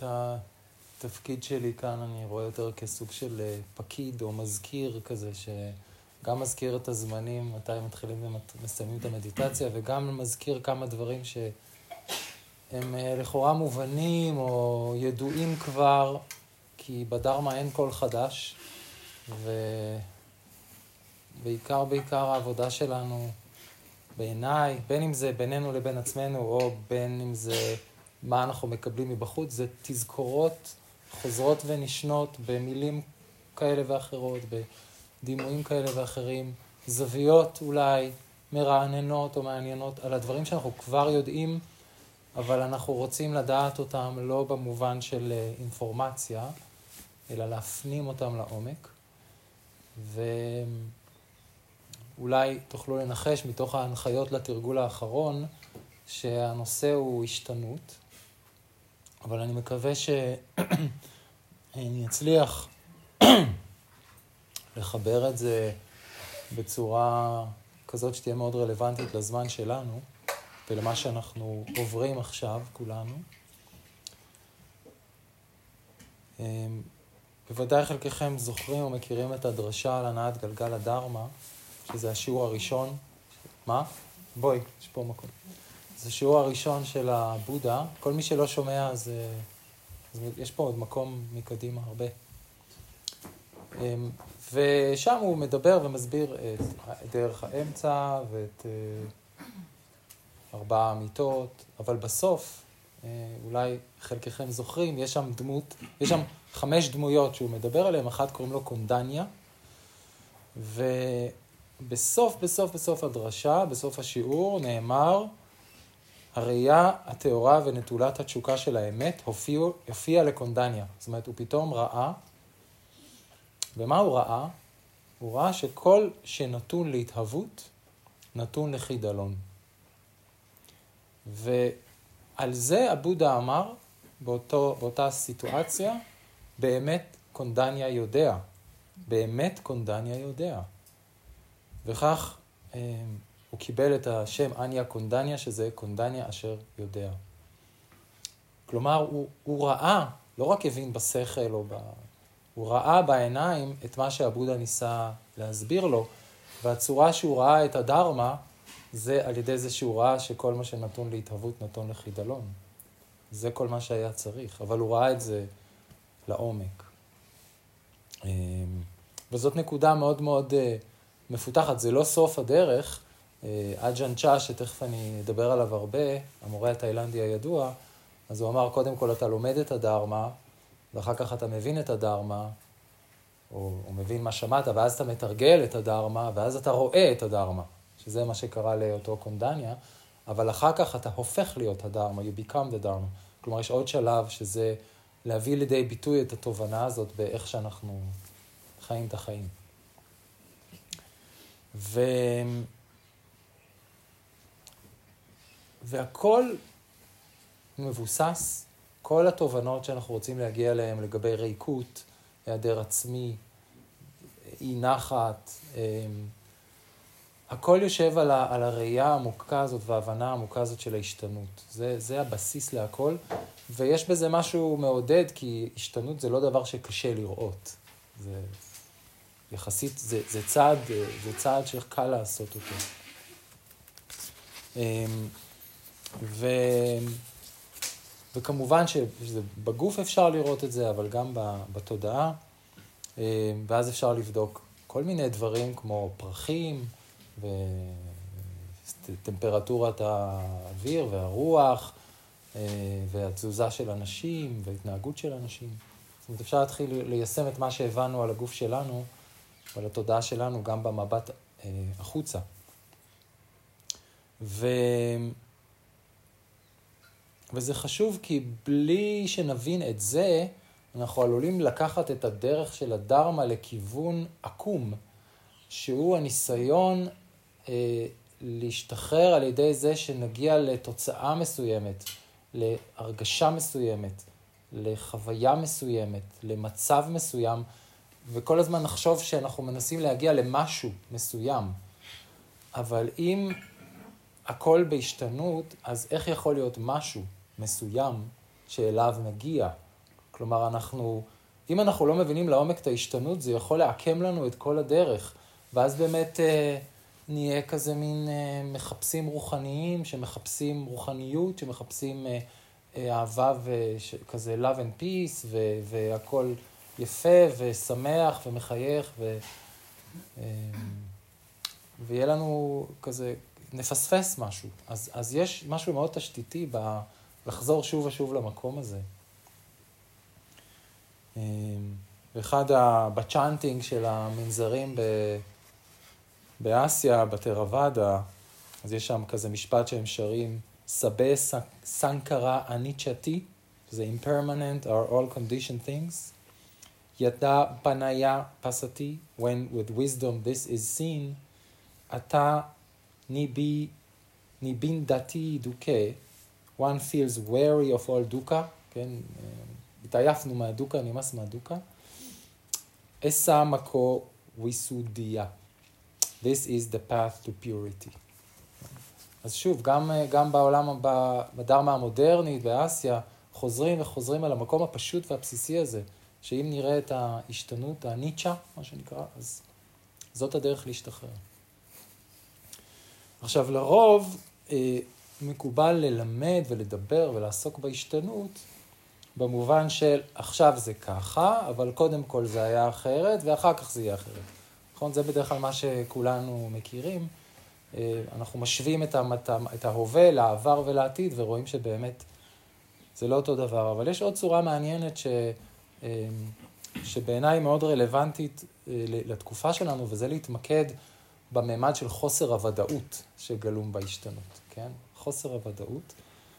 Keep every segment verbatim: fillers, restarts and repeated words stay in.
את התפקיד שלי כאן אני רואה יותר כסוג של פקיד או מזכיר כזה, שגם מזכיר את הזמנים, מתי מתחילים ומסיימים את המדיטציה, וגם מזכיר כמה דברים שהם לכאורה מובנים או ידועים כבר, כי בדרמה אין כל חדש, ובעיקר בעיקר העבודה שלנו בעיניי, בין אם זה בינינו לבין עצמנו, או בין אם זה מה אנחנו מקבלים מבחוץ, זה תזכורות חוזרות ונשנות במילים כאלה ואחרות, בדימויים כאלה ואחרים, זוויות אולי מרעננות או מעניינות על הדברים שאנחנו כבר יודעים, אבל אנחנו רוצים לדעת אותם לא במובן של אינפורמציה, אלא להפנים אותם לעומק. ואולי תוכלו לנחש מתוך ההנחיות לתרגול האחרון, שהנושא הוא השתנות, אבל אני מקווה שאני אצליח לחבר את זה בצורה כזאת שתהיה מאוד רלוונטית לזמן שלנו, ולמה שאנחנו עוברים עכשיו כולנו. בוודאי חלקכם זוכרים או מכירים את הדרשה על הנעת גלגל הדרמה, שזה השיעור הראשון. מה? בואי, יש פה מקום. זה השיעור הראשון של הבודה. כל מי שלא שומע, אז, אז יש פה עוד מקום מקדימה הרבה. ושם הוא מדבר ומסביר את דרך האמצע ואת ארבעה אמיתות, אבל בסוף, אולי חלקכם זוכרים, יש שם דמות, יש שם חמש דמויות שהוא מדבר עליהן, אחת קוראים לו קונדניה, ובסוף, בסוף, בסוף הדרשה, בסוף השיעור, נאמר, הראייה התאורה ונטולת התשוקה של האמת הופיע, הופיע לקונדניה. זאת אומרת, הוא פתאום ראה, ומה הוא ראה? הוא ראה שכל שנתון להתהוות, נתון לחידלון. ועל זה הבודה אמר, באותו, באותה סיטואציה, באמת קונדניה יודע. באמת קונדניה יודע. וכך אה, הוא קיבל את השם אניה קונדניה, שזה קונדניה אשר יודע. כלומר, הוא, הוא ראה, לא רק הבין בשכל, או ב... הוא ראה בעיניים את מה שהבודה ניסה להסביר לו, והצורה שהוא ראה את הדרמה, זה על ידי זה שהוא ראה שכל מה שנתון להתהוות נתון לחידלון. זה כל מה שהיה צריך, אבל הוא ראה את זה לעומק. וזאת נקודה מאוד מאוד מפותחת, זה לא סוף הדרך. אג'אן צ'ה, שתכף אני אדבר עליו הרבה, המורה התאילנדי הידוע, אז הוא אמר, קודם כל אתה לומד את הדרמה, ואחר כך אתה מבין את הדרמה, או, או מבין מה שמעת, ואז אתה מתרגל את הדרמה, ואז אתה רואה את הדרמה, שזה מה שקרה לאותו קונדניה, אבל אחר כך אתה הופך להיות הדרמה, you become the dharma. כלומר, יש עוד שלב שזה להביא לידי ביטוי את התובנה הזאת באיך שאנחנו חיים את החיים. ו... והכל מבוסס, כל התובנות שאנחנו רוצים להגיע אליהן לגבי ריקות, היעדר עצמי, אי נחת, הכל יושב על, ה, על הראייה העמוקה הזאת וההבנה העמוקה הזאת של ההשתנות. זה, זה הבסיס להכל, ויש בזה משהו מעודד, כי השתנות זה לא דבר שקשה לראות. זה יחסית, זה, זה צעד, זה צעד שקל לעשות אותו. ו... וכמובן שבגוף אפשר לראות את זה, אבל גם בתודעה, ואז אפשר לבדוק כל מיני דברים כמו פרחים, וטמפרטורת האוויר והרוח, והתזוזה של אנשים, והתנהגות של אנשים. זאת אומרת, אפשר להתחיל ליישם את מה שהבנו על הגוף שלנו, ועל התודעה שלנו, גם במבט החוצה. ו... וזה חשוב כי בלי שנבין את זה, אנחנו עלולים לקחת את הדרך של הדרמה לכיוון עקום, שהוא הניסיון אה, להשתחרר על ידי זה שנגיע לתוצאה מסוימת, להרגשה מסוימת, לחוויה מסוימת, למצב מסוים, וכל הזמן נחשוב שאנחנו מנסים להגיע למשהו מסוים. אבל אם הכל בהשתנות, אז איך יכול להיות משהו מסוים שאליו נגיע, כלומר, אנחנו, אם אנחנו לא מבינים לעומק את ההשתנות, זה יכול לעקם לנו את כל הדרך. ואז באמת אה, נהיה כזה מין אה, מחפשים רוחניים, שמחפשים רוחניות, שמחפשים אה, אה, אהבה וכזה love and peace, ו- והכל יפה ושמח ומחייך, ו... אה, ויהיה לנו כזה, נפספס משהו. אז, אז יש משהו מאוד תשתיתי ב... לחזור שוב ושוב למקום הזה. ואחד בצ'אנטינג של המנזרים ב... באסיה, בתרוואדה, אז יש שם כזה משפט שהם שרים, סבה סנקרה אניצ'תי, שזה impermanent are all conditioned things. ידה פניה פסתי, when with wisdom this is seen, אתה ניבי, ניבין דתי דוקה, one feels wary of all דוקה, כן, התעייפנו מהדוקה, נמאס מהדוקה. אסה מקו ויסודיה. This is the path to purity. אז שוב, גם, גם בעולם, בדרמה המודרנית, באסיה, חוזרים וחוזרים על המקום הפשוט והבסיסי הזה, שאם נראה את ההשתנות, הניטשה, מה שנקרא, אז זאת הדרך להשתחרר. עכשיו, לרוב אה, מקובל ללמד ולדבר ולעסוק בהשתנות, במובן של עכשיו זה ככה, אבל קודם כל זה היה אחרת, ואחר כך זה יהיה אחרת. נכון? זה בדרך כלל מה שכולנו מכירים. אנחנו משווים את, המת... את ההווה לעבר ולעתיד, ורואים שבאמת זה לא אותו דבר. אבל יש עוד צורה מעניינת ש... שבעיניי מאוד רלוונטית לתקופה שלנו, וזה להתמקד בממד של חוסר הוודאות שגלום בהשתנות. כן? חוסר הוודאות.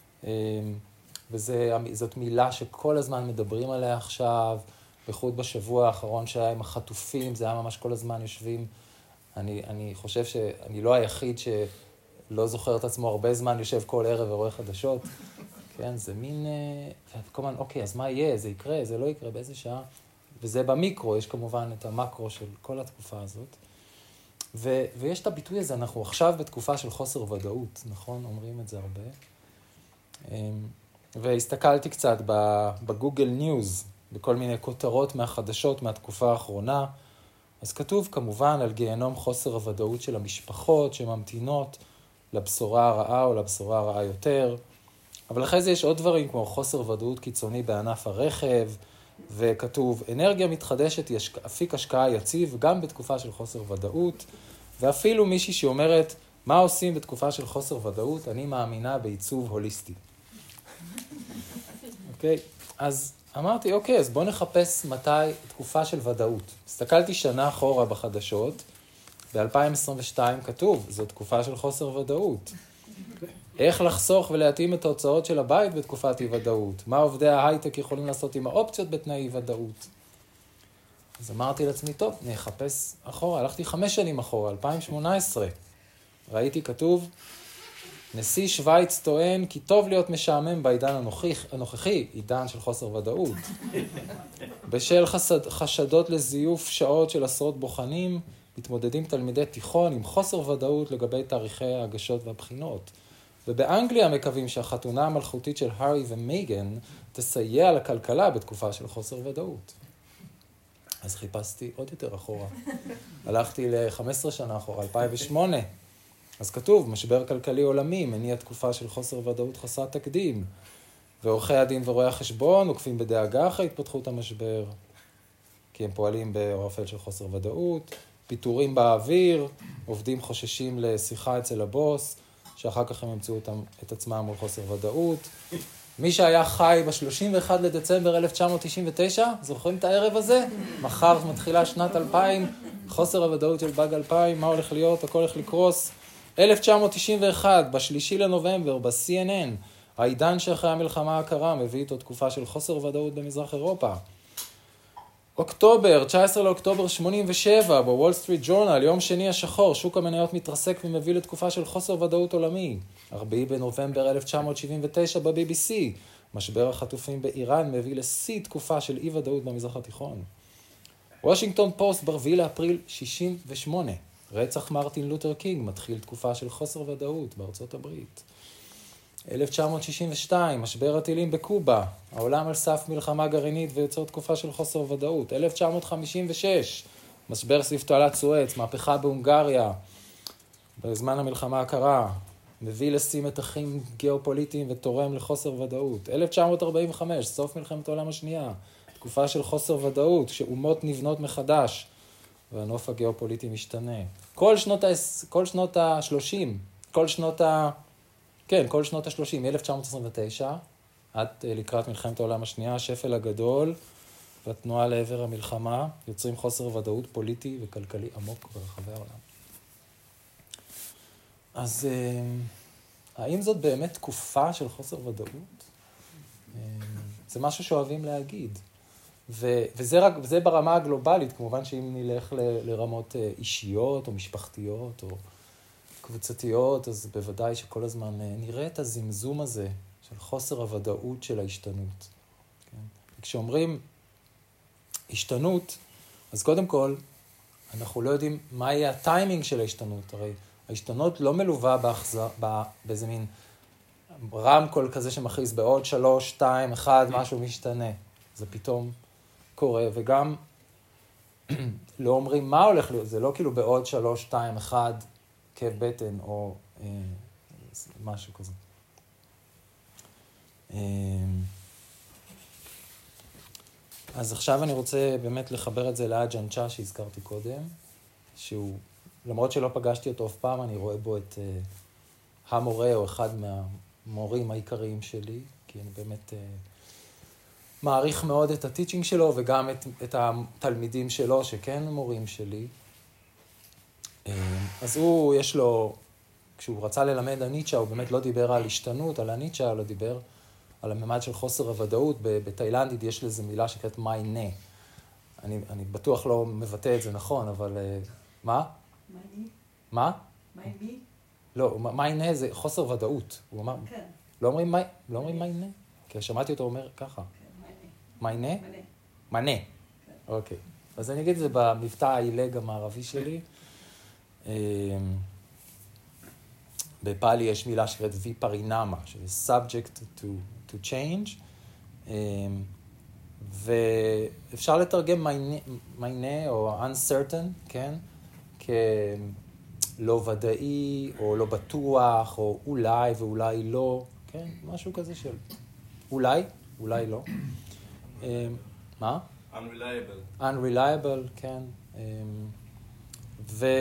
וזאת מילה שכל הזמן מדברים עליה עכשיו, בייחוד בשבוע האחרון שהיה עם החטופים, זה היה ממש כל הזמן יושבים. אני, אני חושב שאני לא היחיד שלא זוכר את עצמו הרבה זמן, יושב כל ערב ורואה חדשות. כן, זה מין... כל הזמן, אוקיי, אז מה יהיה? זה יקרה, זה לא יקרה, באיזה שעה? וזה במיקרו, יש כמובן את המקרו של כל התקופה הזאת. ו, ויש את הביטוי הזה, אנחנו עכשיו בתקופה של חוסר ודאות, נכון? אומרים את זה הרבה. והסתכלתי קצת בגוגל ניוז, בכל מיני כותרות מהחדשות מהתקופה האחרונה, אז כתוב כמובן על גיהנום חוסר הוודאות של המשפחות שממתינות לבשורה הרעה או לבשורה הרעה יותר, אבל אחרי זה יש עוד דברים כמו חוסר ודאות קיצוני בענף הרכב, וכתוב אנרגיה מתחדשת היא אפיק השקעה יציב גם בתקופה של חוסר ודאות, ואפילו מישהי שאומרת מה עושים בתקופה של חוסר ודאות, אני מאמינה בעיצוב הוליסטי. אוקיי, אז אמרתי, אוקיי, אז בוא נחפש מתי תקופה של ודאות. הסתכלתי שנה אחורה בחדשות, ב-אלפיים עשרים ושתיים כתוב, זו תקופה של חוסר ודאות. איך לחסוך ולהתאים את ההוצאות של הבית בתקופת אי-ודאות? מה עובדי ההייטק יכולים לעשות עם האופציות בתנאי אי-ודאות? אז אמרתי לעצמי, טוב, נחפש אחורה. הלכתי חמש שנים אחורה, אלפיים שמונה עשרה. ראיתי כתוב, נשיא שוויץ טוען כי טוב להיות משעמם בעידן הנוכחי, הנוכחי, עידן של חוסר ודאות. בשל חשד, חשדות לזיוף שעות של עשרות בוחנים, מתמודדים תלמידי תיכון עם חוסר ודאות לגבי תאריכי ההגשות והבחינות. ובאנגליה מקווים שהחתונה המלכותית של הארי ומייגן תסייע לכלכלה בתקופה של חוסר ודאות. אז חיפשתי עוד יותר אחורה. הלכתי ל-חמש עשרה שנה אחורה, אלפיים ושמונה. אז כתוב, משבר כלכלי עולמי, מניע תקופה של חוסר ודאות חסרת תקדים. ועורכי הדין ורואי החשבון עוקפים בדאגה אחרי התפתחות המשבר, כי הם פועלים בעורפל של חוסר ודאות. פיטורים באוויר, עובדים חוששים לשיחה אצל הבוס, שאחר כך הם ימצאו אותם, את עצמם מול חוסר ודאות. מי שהיה חי ב-שלושים ואחד לדצמבר אלף תשע מאות תשעים ותשע, זוכרים את הערב הזה? מחר מתחילה שנת אלפיים, חוסר הוודאות של באג אלפיים, מה הולך להיות, הכל הולך לקרוס. אלף תשע מאות תשעים ואחת, בשלישי לנובמבר, ב-סי אן אן, העידן שאחרי המלחמה הקרה מביא איתו תקופה של חוסר ודאות במזרח אירופה. אוקטובר, תשעה עשר לאוקטובר שמונים ושבע, בוול סטריט ג'ורנל, יום שני השחור, שוק המניות מתרסק ומביא לתקופה של חוסר ודאות עולמי. ארבעה בנובמבר אלף תשע מאות שבעים ותשע ב-בי בי סי, משבר החטופים באיראן מביא לשיא תקופה של אי ודאות במזרח התיכון. וושינגטון פוסט ב-ארבעה לאפריל שישים ושמונה, רצח מרטין לותר קינג מתחיל תקופה של חוסר ודאות בארצות הברית. אלף תשע מאות שישים ושתיים, משבר הטילים בקובה, העולם על סף מלחמה גרעינית ויוצר תקופה של חוסר ודאות. אלף תשע מאות חמישים ושש, משבר סביב תעלת סואץ, מהפכה בהונגריה, בזמן המלחמה הקרה, מביא לשיא מתחים גיאופוליטיים ותורם לחוסר ודאות. אלף תשע מאות ארבעים וחמש, סוף מלחמת העולם השנייה, תקופה של חוסר ודאות, שאומות נבנות מחדש, והנוף הגיאופוליטי משתנה. כל שנות, ה... כל שנות ה-שלושים, כל שנות ה... כן, כל שנות ה-שלושים, אלף תשע מאות עשרים ותשע, עד לקראת מלחמת העולם השנייה, השפל הגדול, והתנועה לעבר המלחמה, יוצרים חוסר ודאות פוליטי וכלכלי עמוק ברחבי העולם. אז האם זאת באמת תקופה של חוסר ודאות? זה משהו שאוהבים להגיד. ו- וזה, רק, וזה ברמה הגלובלית, כמובן שאם נלך ל- לרמות אישיות או משפחתיות או קבוצתיות, אז בוודאי שכל הזמן נראה את הזמזום הזה של חוסר הוודאות של ההשתנות. כן? כשאומרים השתנות, אז קודם כל, אנחנו לא יודעים מה יהיה הטיימינג של ההשתנות. הרי ההשתנות לא מלווה באחזר, באיזה מין רמקול כזה שמכריז בעוד שלוש, שתיים, אחד, משהו משתנה. זה פתאום קורה, וגם לא אומרים מה הולך להיות, זה לא כאילו בעוד שלוש, שתיים, אחד, כאב בטן או אה, משהו כזה. אה, אז עכשיו אני רוצה באמת לחבר את זה לאג'ן צ'ה שהזכרתי קודם, שהוא, למרות שלא פגשתי אותו אף פעם, אני רואה בו את אה, המורה או אחד מהמורים העיקריים שלי, כי אני באמת אה, מעריך מאוד את הטיצ'ינג שלו וגם את, את התלמידים שלו שכן מורים שלי. אז הוא, יש לו, כשהוא רצה ללמד על ניטשה, הוא באמת לא דיבר על השתנות, על הניטשה, אלא דיבר על הממד של חוסר הוודאות. בתאילנדית יש לזה מילה שקראת מאי נה. אני, אני בטוח לא מבטא את זה נכון, אבל מה? מאי מה? מאי בי? לא, מאי נה זה חוסר ודאות. הוא אמר, כן. לא אומרים מאי, לא אומרים מאי נה? כי שמעתי אותו אומר ככה. מאי נה? מנה. אוקיי. אז אני אגיד את זה במבטא העילג המערבי שלי. בפאלי יש מילה שקראת ויפרינמה, שזה subject to, to change, ואפשר לתרגם מיינה או uncertain, כן? כלא ודאי או לא בטוח או אולי ואולי לא, כן? משהו כזה של אולי, אולי לא. מה? Unreliable. Unreliable, כן. ו...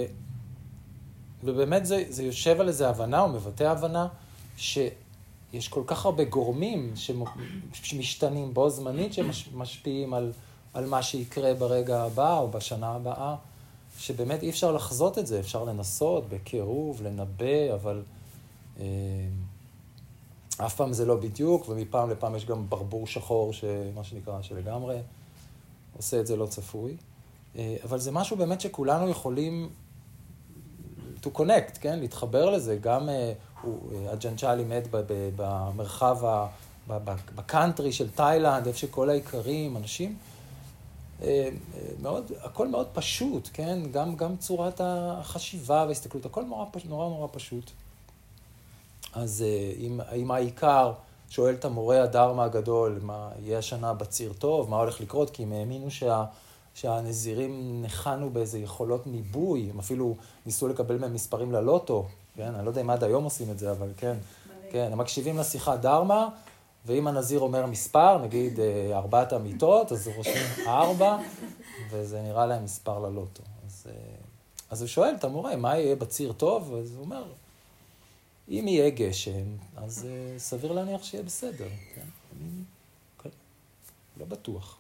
ובאמת זה, זה יושב על איזו הבנה, או מבטא הבנה, שיש כל כך הרבה גורמים שמשתנים בו זמנית, שמשפיעים על, על מה שיקרה ברגע הבא או בשנה הבאה, שבאמת אי אפשר לחזות את זה, אפשר לנסות בקירוב, לנבא, אבל אה, אף פעם זה לא בדיוק, ומפעם לפעם יש גם ברבור שחור, שמה שנקרא, שלגמרי עושה את זה לא צפוי. אה, אבל זה משהו באמת שכולנו יכולים to connect, כן? להתחבר לזה. גם אג'ן צ'ה לימד במרחב, בקאנטרי של תאילנד, איפה שכל העיקרים, אנשים, מאוד, הכל מאוד פשוט, כן? גם, גם צורת החשיבה וההסתכלות, הכל נורא, נורא, נורא פשוט. אז אם, אם העיקר שואל את המורה הדרמה הגדול, מה יהיה השנה בציר טוב, מה הולך לקרות, כי הם האמינו שה... שהנזירים נחנו באיזה יכולות ניבוי, הם אפילו ניסו לקבל מהם מספרים ללוטו, כן? אני לא יודע אם עד היום עושים את זה, אבל כן. כן, הם מקשיבים לשיחה דרמה, ואם הנזיר אומר מספר, נגיד ארבעת המיטות, אז הוא רושמים ארבע, וזה נראה להם מספר ללוטו. אז, אז הוא שואל את המורה, מה יהיה בציר טוב? אז הוא אומר, אם יהיה גשם, אז סביר להניח שיהיה בסדר, כן? אני לא בטוח.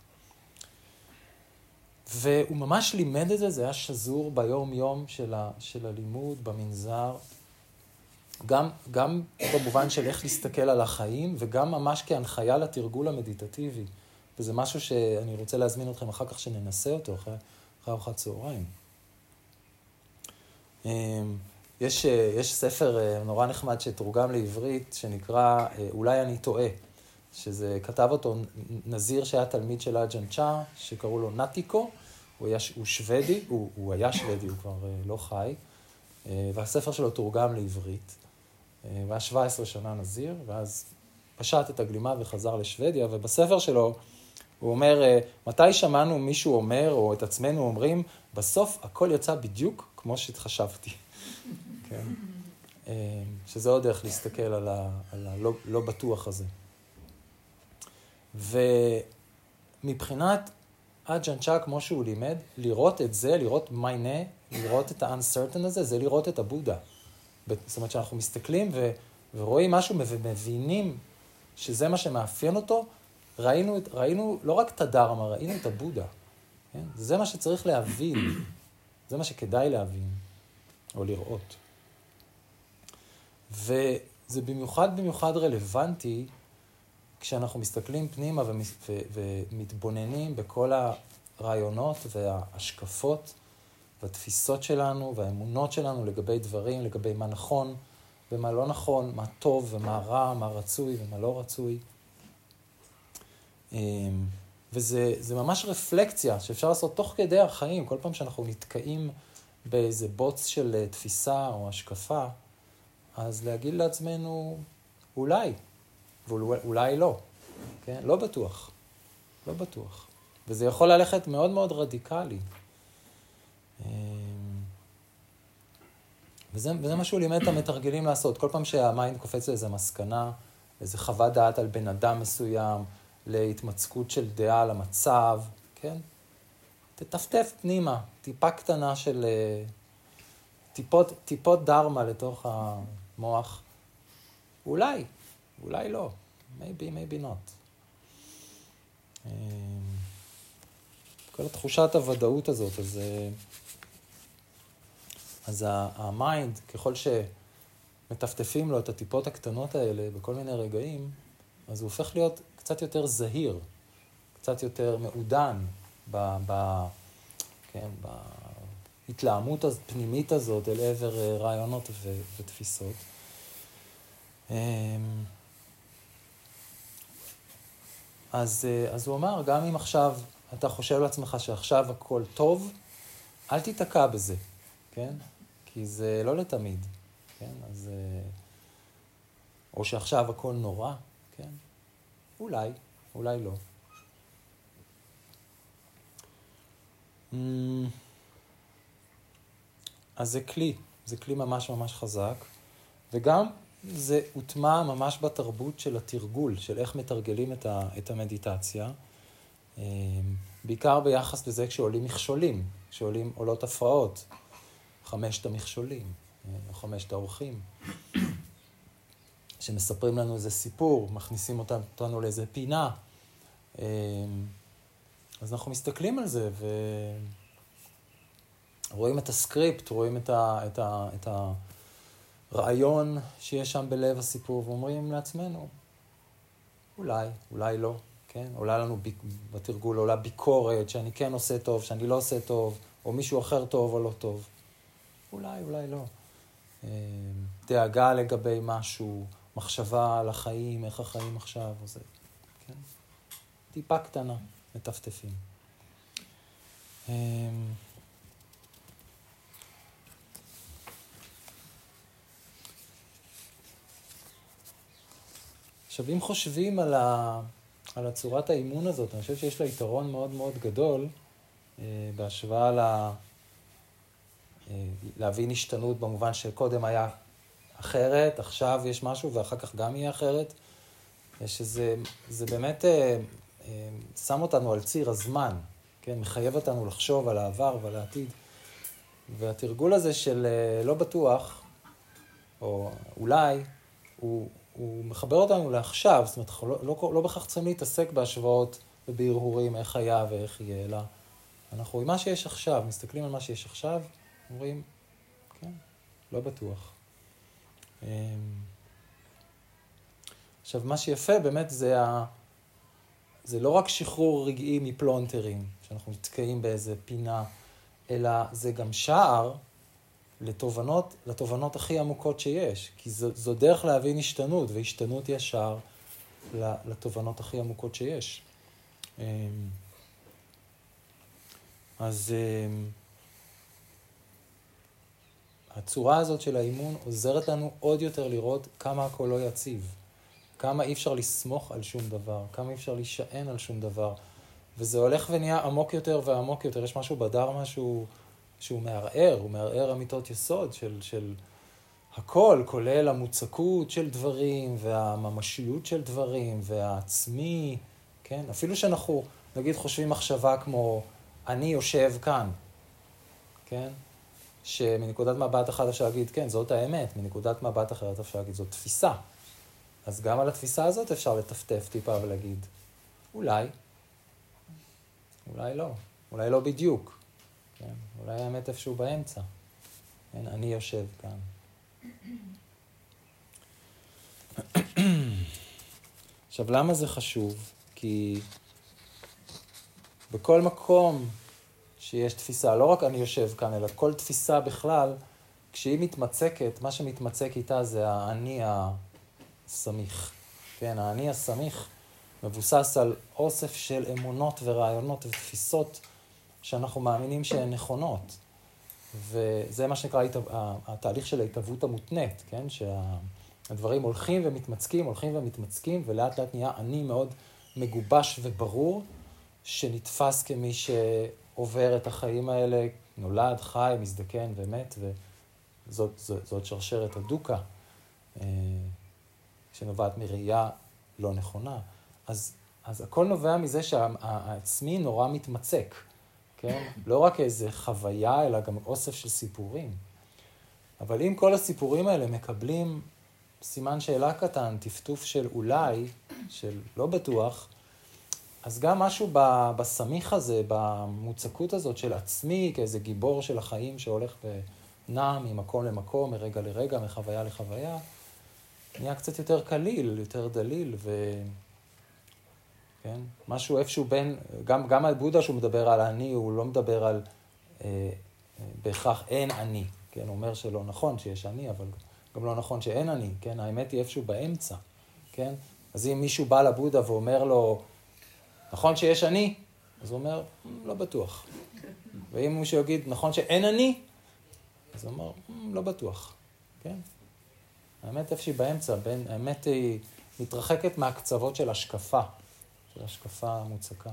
והוא ממש לימד את זה, זה היה שזור ביום-יום של, ה, של הלימוד, במנזר, גם, גם במובן של איך להסתכל על החיים, וגם ממש כהנחיה לתרגול המדיטטיבי. וזה משהו שאני רוצה להזמין אתכם אחר כך שננסה אותו, אחרי, אחרי ארוחת צהריים. יש, יש ספר נורא נחמד שתורגם לעברית, שנקרא אולי אני טועה, שזה כתב אותו נזיר שהיה תלמיד של אג'ן צ'ה, שקראו לו נטיקו, הוא היה, הוא שוודי, הוא, הוא היה שוודי, הוא כבר לא חי, והספר שלו תורגם לעברית. הוא היה שבע עשרה שנה נזיר, ואז פשט את הגלימה וחזר לשוודיה, ובספר שלו הוא אומר, מתי שמענו מישהו אומר, או את עצמנו אומרים, בסוף הכל יצא בדיוק כמו שהתחשבתי. כן? שזה עוד דרך להסתכל על הלא לא בטוח הזה. ומבחינת אג'אן צ'ה, כמו שהוא לימד, לראות את זה, לראות מיינה, לראות את ה-uncertain הזה, זה לראות את הבודה. זאת אומרת שאנחנו מסתכלים ו- ורואים משהו ומבינים שזה מה שמאפיין אותו, ראינו, ראינו לא רק את הדרמה, ראינו את הבודה. כן? זה מה שצריך להבין, זה מה שכדאי להבין או לראות. וזה במיוחד במיוחד רלוונטי כשאנחנו מסתכלים פנימה ומתבוננים בכל הרעיונות וההשקפות והתפיסות שלנו והאמונות שלנו לגבי דברים, לגבי מה נכון ומה לא נכון, מה טוב ומה רע, מה רצוי ומה לא רצוי. וזה זה ממש רפלקציה שאפשר לעשות תוך כדי החיים, כל פעם שאנחנו נתקעים באיזה בוץ של תפיסה או השקפה, אז להגיד לעצמנו, אולי, ואולי לא, כן? לא בטוח, לא בטוח. וזה יכול ללכת מאוד מאוד רדיקלי. וזה, וזה משהו לימד את המתרגלים לעשות. כל פעם שהמיינד קופץ לאיזו מסקנה, איזו חוות דעת על בן אדם מסוים, להתמצקות של דעה על המצב, כן? תטפטף פנימה, טיפה קטנה של טיפות, טיפות דרמה לתוך המוח. אולי, אולי לא. maybe, maybe not. כל התחושת הוודאות הזאת, אז, אז המיינד, ככל שמטפטפים לו את הטיפות הקטנות האלה בכל מיני רגעים, אז הוא הופך להיות קצת יותר זהיר, קצת יותר מעודן ב, ב, כן, בהתלהמות הפנימית הזאת אל עבר רעיונות ו, ותפיסות. אז, אז הוא אמר, גם אם עכשיו אתה חושב לעצמך שעכשיו הכל טוב, אל תתעקע בזה, כן? כי זה לא לתמיד, כן? אז, או שעכשיו הכל נורא, כן? אולי, אולי לא. אז זה כלי, זה כלי ממש ממש חזק, וגם זה הוטמע ממש בתרבות של התרגול, של איך מתרגלים את, ה, את המדיטציה, בעיקר ביחס לזה כשעולים מכשולים, כשעולים עולות הפרעות, חמשת המכשולים, או חמשת האורחים, שמספרים לנו איזה סיפור, מכניסים אותנו לאיזה פינה. אז אנחנו מסתכלים על זה ורואים את הסקריפט, רואים את, ה, את, ה, את הרעיון שיש שם בלב הסיפור, ואומרים לעצמנו, אולי, אולי לא, כן? עולה לנו בתרגול, עולה ביקורת שאני כן עושה טוב, שאני לא עושה טוב, או מישהו אחר טוב או לא טוב. אולי, אולי לא. דאגה לגבי משהו, מחשבה על החיים, איך החיים עכשיו, או זה, כן? טיפה קטנה, מטפטפים. עכשיו, אם חושבים על, ה... על הצורת האימון הזאת, אני חושב שיש לה יתרון מאוד מאוד גדול, בהשוואה ל... להבין השתנות במובן שקודם היה אחרת, עכשיו יש משהו ואחר כך גם יהיה אחרת, שזה זה באמת שם אותנו על ציר הזמן, כן? מחייב אותנו לחשוב על העבר ועל העתיד. והתרגול הזה של לא בטוח, או אולי, הוא, הוא מחבר אותנו לעכשיו, זאת אומרת, אנחנו לא, לא, לא בכך צריכים להתעסק בהשוואות ובהרהורים איך היה ואיך יהיה, אלא אנחנו עם מה שיש עכשיו, מסתכלים על מה שיש עכשיו, אומרים, כן, לא בטוח. עכשיו, מה שיפה באמת זה, ה... זה לא רק שחרור רגעי מפלונטרים, שאנחנו נתקעים באיזה פינה, אלא זה גם שער לתובנות, לתובנות הכי עמוקות שיש. כי זו, זו דרך להבין השתנות, והשתנות היא השער לתובנות הכי עמוקות שיש. אז הצורה הזאת של האימון עוזרת לנו עוד יותר לראות כמה הכל לא יציב, כמה אי אפשר לסמוך על שום דבר, כמה אי אפשר להישען על שום דבר, וזה הולך ונהיה עמוק יותר ועמוק יותר. יש משהו בדרמה שהוא, שהוא מערער, הוא מערער אמיתות יסוד של, של הכל, כולל המוצקות של דברים והממשיות של דברים והעצמי, כן? אפילו שאנחנו, נגיד, חושבים מחשבה כמו אני יושב כאן, כן? שמנקודת מבט אחת אפשר להגיד, כן, זאת האמת, מנקודת מבט אחרת אפשר להגיד, זאת תפיסה. אז גם על התפיסה הזאת אפשר לטפטף טיפה ולהגיד, אולי, אולי לא, אולי לא בדיוק, כן? אולי האמת איפשהו באמצע, כן? אני יושב כאן. עכשיו, למה זה חשוב? כי בכל מקום שיש תפיסה, לא רק אני יושב כאן, אלא כל תפיסה בכלל, כשהיא מתמצקת, מה שמתמצק איתה זה האני הסמיך. כן, האני הסמיך מבוסס על אוסף של אמונות ורעיונות ותפיסות שאנחנו מאמינים שהן נכונות. וזה מה שנקרא התהליך של ההתהוות המותנית, כן? שהדברים הולכים ומתמצקים, הולכים ומתמצקים, ולאט לאט נהיה אני מאוד מגובש וברור, שנתפס כמי שעובר את החיים האלה, נולד, חי, מזדקן ומת, וזאת זאת, זאת שרשרת הדוקה, שנובעת מראייה לא נכונה. אז, אז הכל נובע מזה שהעצמי נורא מתמצק, כן? לא רק איזו חוויה, אלא גם אוסף של סיפורים. אבל אם כל הסיפורים האלה מקבלים סימן שאלה קטן, טפטוף של אולי, של לא בטוח, אז גם משהו בסמיך הזה, במוצקות הזאת של עצמי, כאיזה גיבור של החיים שהולך ונע ממקום למקום, מרגע לרגע, מחוויה לחוויה, נהיה קצת יותר קליל, יותר דליל, ו... כן? משהו איפשהו בין, גם, גם הבודה שהוא מדבר על אני, הוא לא מדבר על אה, אה, בהכרח אין אני, כן? הוא אומר שלא נכון שיש אני, אבל גם לא נכון שאין אני, כן? האמת היא איפשהו באמצע, כן? אז אם מישהו בא לבודה ואומר לו, נכון שיש אני? אז הוא אומר, לא בטוח. ואם מישהו יגיד, נכון שאין אני? אז הוא אומר, לא בטוח, כן? האמת איפשהו באמצע, בין, האמת היא מתרחקת מהקצוות של השקפה. של השקפה מוצקה.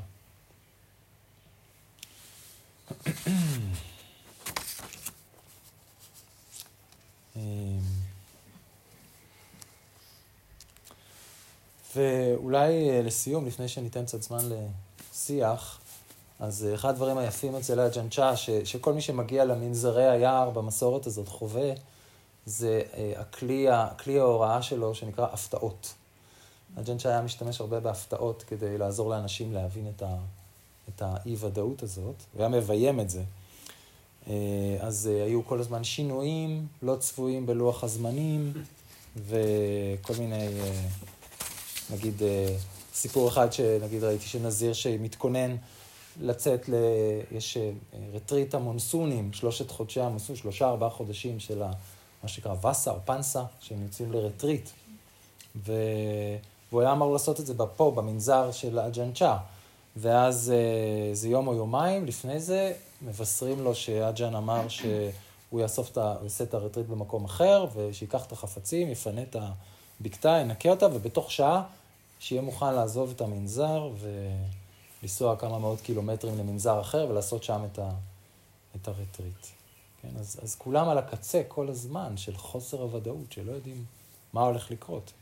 ואולי לסיום, לפני שניתן קצת זמן לשיח, אז אחד הדברים היפים אצל אג'ן צ'ה, ש, שכל מי שמגיע למנזרי היער במסורת הזאת חווה, זה הכלי, הכלי ההוראה שלו שנקרא הפתעות. אג'ן צ'ה היה משתמש הרבה בהפתעות כדי לעזור לאנשים להבין את, ה, את האי-ודאות הזאת, והיה מביים את זה. אז היו כל הזמן שינויים לא צפויים בלוח הזמנים, וכל מיני, נגיד, סיפור אחד שנגיד ראיתי שנזיר שמתכונן לצאת, ל... יש רטריט המונסונים, שלושת חודשי המונסון, שלושה ארבעה חודשים של מה שנקרא וסה או פנסה, שהם יוצאים לרטריט. ו... והוא היה אמר לעשות את זה פה, במנזר של אג'ן צ'ה. ואז זה יום או יומיים, לפני זה מבשרים לו שאג'ן אמר שהוא יאסוף את ה... הוא יעשה את הרטריט במקום אחר, ושיקח את החפצים, יפנה את הבקתה, ינקה אותה, ובתוך שעה שיהיה מוכן לעזוב את המנזר ולנסוע כמה מאות קילומטרים למנזר אחר ולעשות שם את, ה... את הרטריט. כן? אז, אז כולם על הקצה כל הזמן של חוסר הוודאות, שלא יודעים מה הולך לקרות.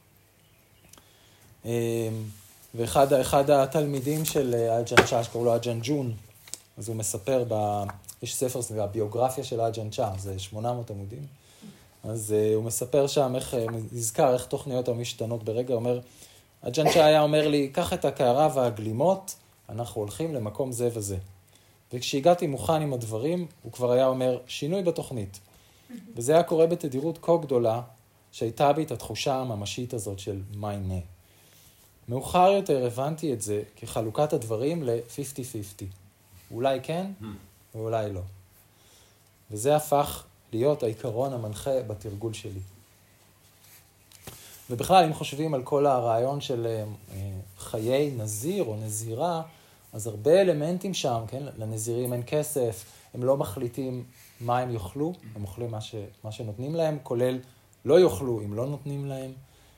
ואחד אחד התלמידים של אג'ן צ'ה, שקראו לו אג'ן ג'ון, אז הוא מספר, ב... יש ספר, זה הביוגרפיה של אג'ן צ'ה, זה שמונה מאות עמודים, אז הוא מספר שם איך, נזכר איך תוכניות המשתנות ברגע, הוא אומר, אג'ן צ'ה היה אומר לי, קח את הקערה והגלימות, אנחנו הולכים למקום זה וזה. וכשהגעתי מוכן עם הדברים, הוא כבר היה אומר, שינוי בתוכנית. וזה היה קורה בתדירות כה גדולה, שהייתה בי את התחושה הממשית הזאת של מה הנה. מאוחר יותר הבנתי את זה כחלוקת הדברים ל-חמישים חמישים. אולי כן, ואולי לא. וזה הפך להיות העיקרון המנחה בתרגול שלי. ובכלל, אם חושבים על כל הרעיון של חיי נזיר או נזירה, אז הרבה אלמנטים שם, כן? לנזירים אין כסף, הם לא מחליטים מה הם יאכלו, הם אוכלים מה, ש, מה שנותנים להם, כולל לא יאכלו אם לא נותנים להם.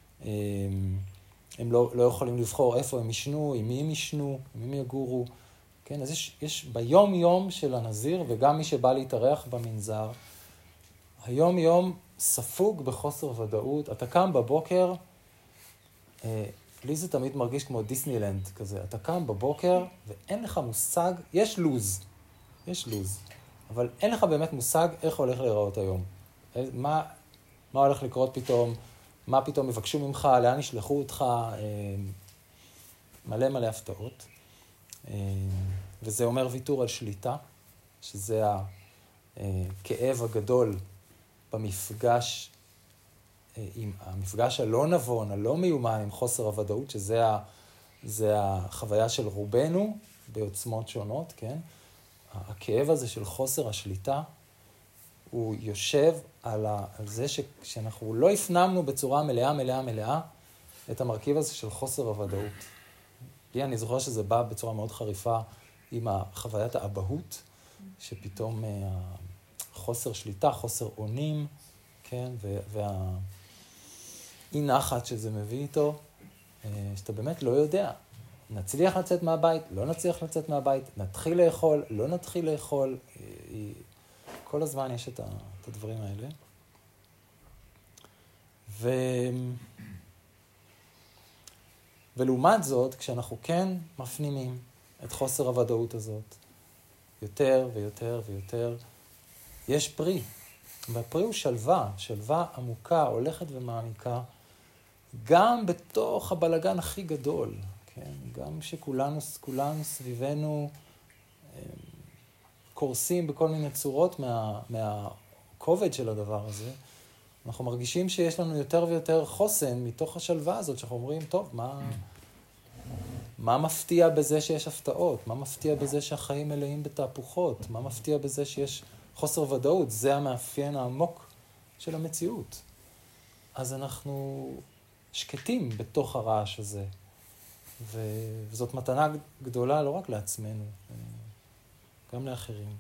הם לא, לא יכולים לבחור איפה הם ישנו, עם מי הם ישנו, עם מי הם יגורו. כן, אז יש, יש ביום יום של הנזיר, וגם מי שבא להתארח במנזר, היום יום ספוג בחוסר ודאות. אתה קם בבוקר, אה, לי זה תמיד מרגיש כמו דיסנילנד כזה. אתה קם בבוקר ואין לך מושג, יש לוז, יש לוז, אבל אין לך באמת מושג איך הולך להיראות היום. מה, מה הולך לקרות פתאום, מה פתאום יבקשו ממך, לאן ישלחו אותך, אה, מלא מלא הפתעות. אה, וזה אומר ויתור על שליטה, שזה הכאב הגדול במפגש, עם המפגש הלא נבון, הלא מיומן, עם חוסר הוודאות, שזה ה, זה החוויה של רובנו בעוצמות שונות, כן? הכאב הזה של חוסר השליטה, הוא יושב על, ה, על זה ש, שאנחנו לא הפנמנו בצורה מלאה, מלאה, מלאה, את המרכיב הזה של חוסר הוודאות. לי אני זוכר שזה בא בצורה מאוד חריפה עם חוויית האבהות, שפתאום חוסר שליטה, חוסר אונים, כן? והאי נחת שזה מביא איתו, שאתה באמת לא יודע. נצליח לצאת מהבית, לא נצליח לצאת מהבית, נתחיל לאכול, לא נתחיל לאכול. כל הזמן יש את הדברים האלה. ו... ולעומת זאת, כשאנחנו כן מפנימים את חוסר הוודאות הזאת, יותר ויותר ויותר, יש פרי. והפרי הוא שלווה, שלווה עמוקה, הולכת ומעמיקה, גם בתוך הבלגן הכי גדול, כן? גם שכולנו כולנו סביבנו קורסים בכל מיני צורות מה, מהכובד של הדבר הזה, אנחנו מרגישים שיש לנו יותר ויותר חוסן מתוך השלווה הזאת, שאנחנו אומרים, טוב, מה, מה מפתיע בזה שיש הפתעות? מה מפתיע בזה שהחיים מלאים בתהפוכות? מה מפתיע בזה שיש חוסר ודאות? זה המאפיין העמוק של המציאות. אז אנחנו שקטים בתוך הרעש הזה. וזאת מתנה גדולה לא רק לעצמנו, גם לאחרים.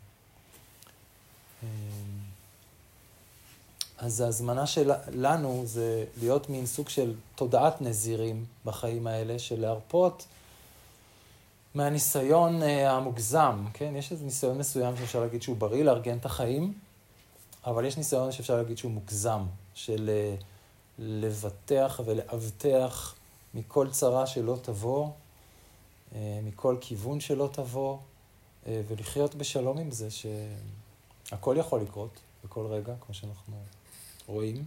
אז ההזמנה שלנו זה להיות מין סוג של תודעת נזירים בחיים האלה, של להרפות מהניסיון המוגזם, כן? יש איזה ניסיון מסוים שאפשר להגיד שהוא בריא לארגן את החיים, אבל יש ניסיון שאפשר להגיד שהוא מוגזם, של לבטח ולאבטח מכל צרה שלא תבוא, מכל כיוון שלא תבוא, ולחיות בשלום עם זה שהכל יכול לקרות בכל רגע, כמו שאנחנו רואים.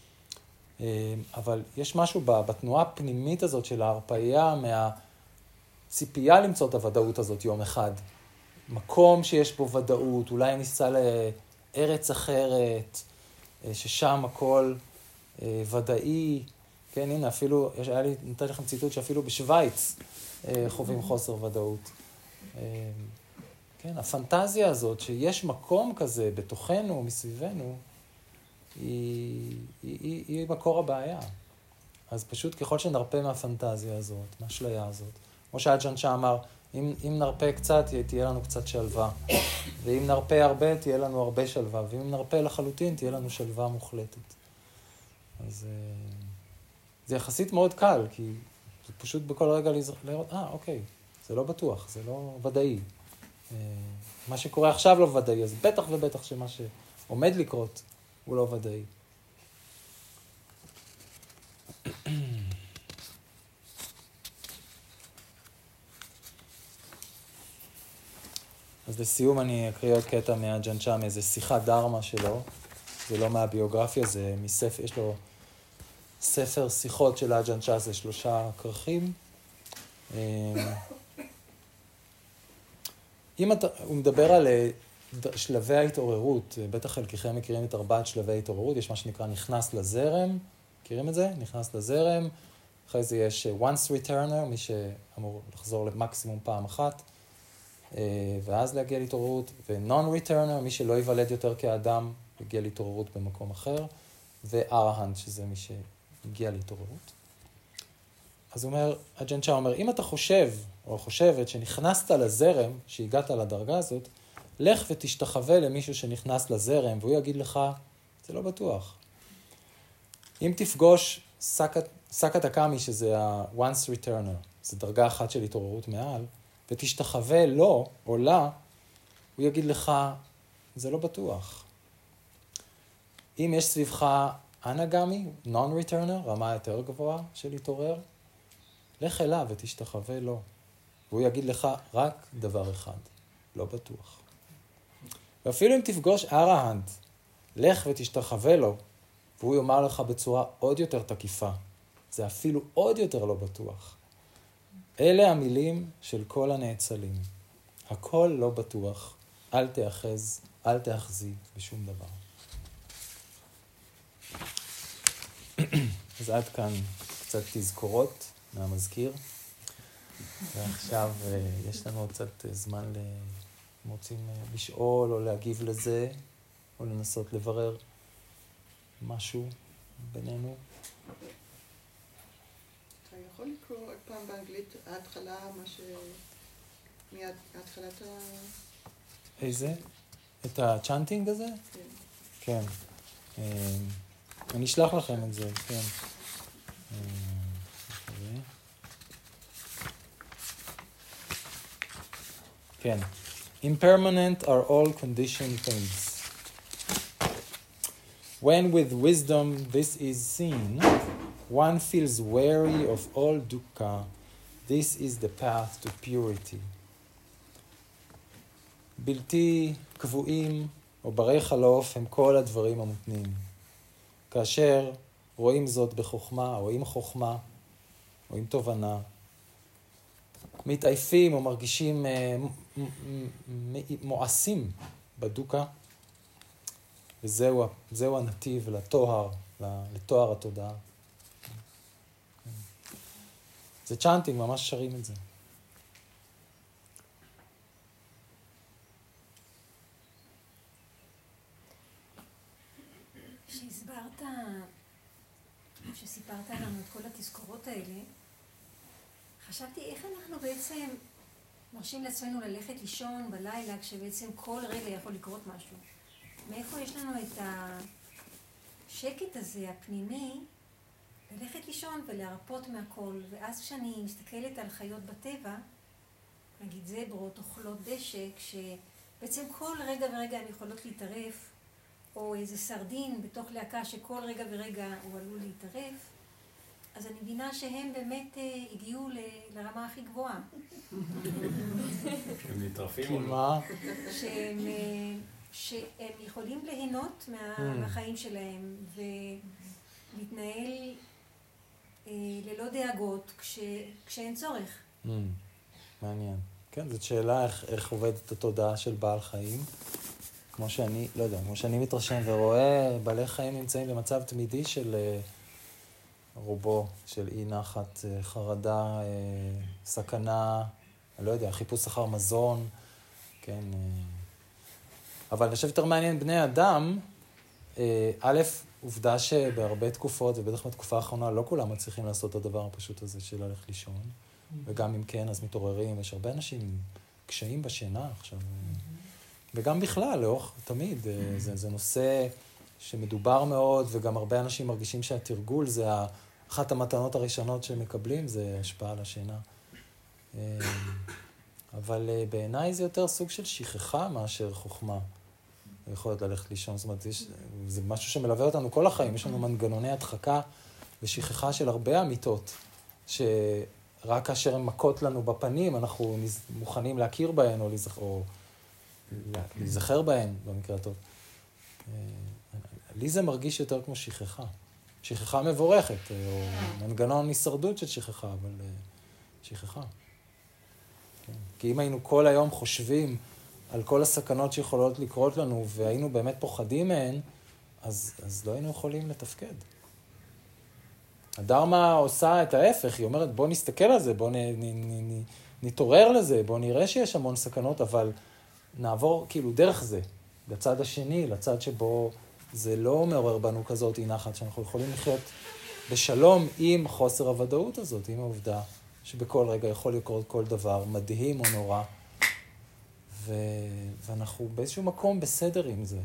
אבל יש משהו בתנועה הפנימית הזאת של ההרפאיה מהציפייה למצוא את הוודאות הזאת יום אחד. מקום שיש בו ודאות, אולי ניסע לארץ אחרת, ששם הכל ודאי. כן, הנה, אפילו, היה לי, נתן לכם ציטוט שאפילו בשוויץ חווים חוסר ודאות. כן, הפנטזיה הזאת שיש מקום כזה בתוכנו, מסביבנו, היא, היא, היא, היא מקור הבעיה. אז פשוט ככל שנרפא מהפנטזיה הזאת, מהשליה הזאת, כמו שהאג'אן שאמר, אם, אם נרפא קצת, תהיה לנו קצת שלווה. ואם נרפא הרבה, תהיה לנו הרבה שלווה. ואם נרפא לחלוטין, תהיה לנו שלווה מוחלטת. אז זה יחסית מאוד קל, כי זה פשוט בכל רגע לראות, אה, אוקיי, זה לא בטוח, זה לא ודאי. מה שקורה עכשיו לא ודאי, אז בטח ובטח שמה שעומד לקרות הוא לא ודאי. אז לסיום אני אקריא עוד קטע מהאג'אן צ'אמי, איזה שיחת דרמה שלו, זה לא מהביוגרפיה, זה מספר, יש לו ספר שיחות של האג'אן צ'אמי, זה שלושה כרכים. אם אתה, הוא מדבר על שלבי ההתעוררות, בטח חלקכם מכירים את ארבעת שלבי ההתעוררות, יש מה שנקרא נכנס לזרם, מכירים את זה? נכנס לזרם, אחרי זה יש once returner, מי שאמור לחזור למקסימום פעם אחת, ואז להגיע להתעוררות, ו-non-returner, מי שלא ייוולד יותר כאדם, יגיע להתעוררות במקום אחר, ו-arahant, שזה מי שהגיע להתעוררות. אז הוא אומר, אג'אן צ'אמי אומר, אם אתה חושב או חושבת שנכנסת לזרם, שהגעת לדרגה הזאת, לך ותשתחווה למישהו שנכנס לזרם, והוא יגיד לך, זה לא בטוח. אם תפגוש סקת הקאמי, שזה ה-once returner, זו דרגה אחת של התעוררות מעל, ותשתחווה לו או לה, הוא יגיד לך, זה לא בטוח. אם יש סביבך אנגמי, non-returner, רמה יותר גבוהה של התעורר, לך אליו ותשתחווה לו. והוא יגיד לך רק דבר אחד, לא בטוח. ואפילו אם תפגוש ארהנט, לך ותשתחווה לו, והוא יאמר לך בצורה עוד יותר תקיפה, זה אפילו עוד יותר לא בטוח. אלה המילים של כל הנאצלים. הכל לא בטוח, אל תאחז, אל תאחזי בשום דבר. אז עד כאן קצת תזכורות מהמזכיר. ועכשיו יש לנו קצת זמן למוצאים לשאול או להגיב לזה, או לנסות לברר משהו בינינו. אתה יכול לקרוא עוד פעם באנגלית ההתחלה, מה ש... מהתחלת ה... איזה? את הצ'אנטינג הזה? כן. כן. אני אשלח לכם את זה, כן. כן. Impermanent are all conditioned things. When with wisdom this is seen, one feels weary of all dukkha. This is the path to purity. בלתי קבועים או ברי חלוף הם כל הדברים המותנים. כאשר רואים זאת בחוכמה או עם חוכמה או עם תובנה, מתעייפים או מרגישים מואסים בדוקה, וזהו זהו הנתיב לתואר, לתואר התודעה. זה צ'אנטינג, ממש שרים את זה. כשהסברת, כשסיפרת לנו את כל התזכורות האלה, חשבתי איך אנחנו בעצם מרשים לעצמנו ללכת לישון בלילה, כשבעצם כל רגע יכול לקרות משהו. מאיפה יש לנו את השקט הזה, הפנימי, ללכת לישון ולהרפות מהכל. ואז כשאני מסתכלת על חיות בטבע, נגיד זברות, אוכלות דשא, כשבעצם כל רגע ורגע הן יכולות להתערף, או איזה סרדין בתוך להקה שכל רגע ורגע הוא עלול להתערף, אז אני מבינה שהם באמת הגיעו ל- לרמה הכי גבוהה. הם נטרפים או לא? מה? שהם, שהם יכולים ליהנות מה, מהחיים שלהם ולהתנהל אה, ללא דאגות כש, כשאין צורך. Mm, מעניין. כן, זאת שאלה איך, איך עובדת התודעה של בעל חיים. כמו שאני, לא יודע, כמו שאני מתרשם ורואה, בעלי חיים נמצאים במצב תמידי של רובו, של אי נחת, חרדה, סכנה, אני לא יודע, חיפוש אחר מזון, כן. אבל אני חושב יותר מעניין בני אדם, א', עובדה שבהרבה תקופות, ובטח בתקופה האחרונה, לא כולם מצליחים לעשות את הדבר הפשוט הזה של ללכת לישון, וגם אם כן, אז מתעוררים, יש הרבה אנשים קשיים בשינה עכשיו, וגם בכלל, לאורך, תמיד, זה, זה נושא שמדובר מאוד, וגם הרבה אנשים מרגישים שהתרגול זה אחת המתנות הראשונות שהם מקבלים, זה השפעה על השינה. אבל בעיניי זה יותר סוג של שכחה מאשר חוכמה. יכולת ללכת לישון, זאת אומרת, יש, זה משהו שמלווה אותנו כל החיים, יש לנו מנגנוני הדחקה ושכחה של הרבה אמיתות, שרק כאשר הן מכות לנו בפנים, אנחנו מוכנים להכיר בהן או להיזכר, או להיזכר בהן, במקרה הטוב. לי זה מרגיש יותר כמו שכחה. שכחה מבורכת, או מנגנון הישרדות של שכחה, אבל שכחה. כן. כי אם היינו כל היום חושבים על כל הסכנות שיכולות לקרות לנו, והיינו באמת פוחדים מהן, אז, אז לא היינו יכולים לתפקד. הדרמה עושה את ההפך, היא אומרת, בוא נסתכל על זה, בוא נ, נ, נ, נ, נתעורר לזה, בוא נראה שיש המון סכנות, אבל נעבור כאילו דרך זה, לצד השני, לצד שבו זה לא מעורר בנו כזאת אי נחת, שאנחנו יכולים לחיות בשלום עם חוסר הוודאות הזאת, עם העובדה שבכל רגע יכול לקרות כל דבר מדהים או נורא, ו... ואנחנו באיזשהו מקום בסדר עם זה.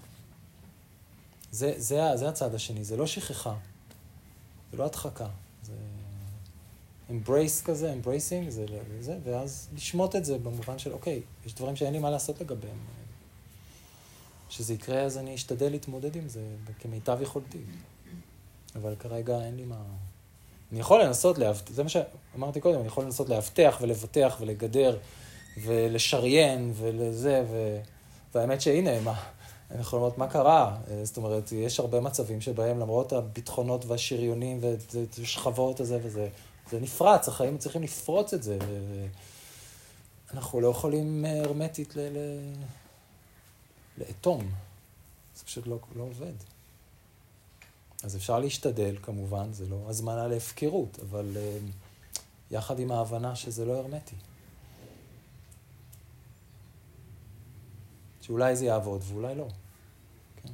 זה, זה, זה הצד השני, זה לא שכחה, זה לא הדחקה, זה embrace כזה, embracing, זה, זה, ואז לשמוט את זה במובן של, אוקיי, יש דברים שאין לי מה לעשות לגביהם. שזה יקרה, אז אני אשתדל להתמודד עם זה כמיטב יכולתי. אבל כרגע אין לי מה... אני יכול לנסות להבטח, זה מה שאמרתי קודם, אני יכול לנסות להבטח ולבטח ולגדר ולשריין ולזה, ו... והאמת שהנה, מה... אני יכול לומר, מה קרה? זאת אומרת, יש הרבה מצבים שבהם למרות הביטחונות והשריונים ושכבות הזה וזה, זה נפרץ, החיים צריכים לפרוץ את זה. אנחנו לא יכולים הרמטית ל... לאטום. זה פשוט לא, לא עובד. אז אפשר להשתדל, כמובן, זה לא הזמנה להפקרות, אבל יחד עם ההבנה שזה לא הרמטי. שאולי זה יעבוד ואולי לא. כן.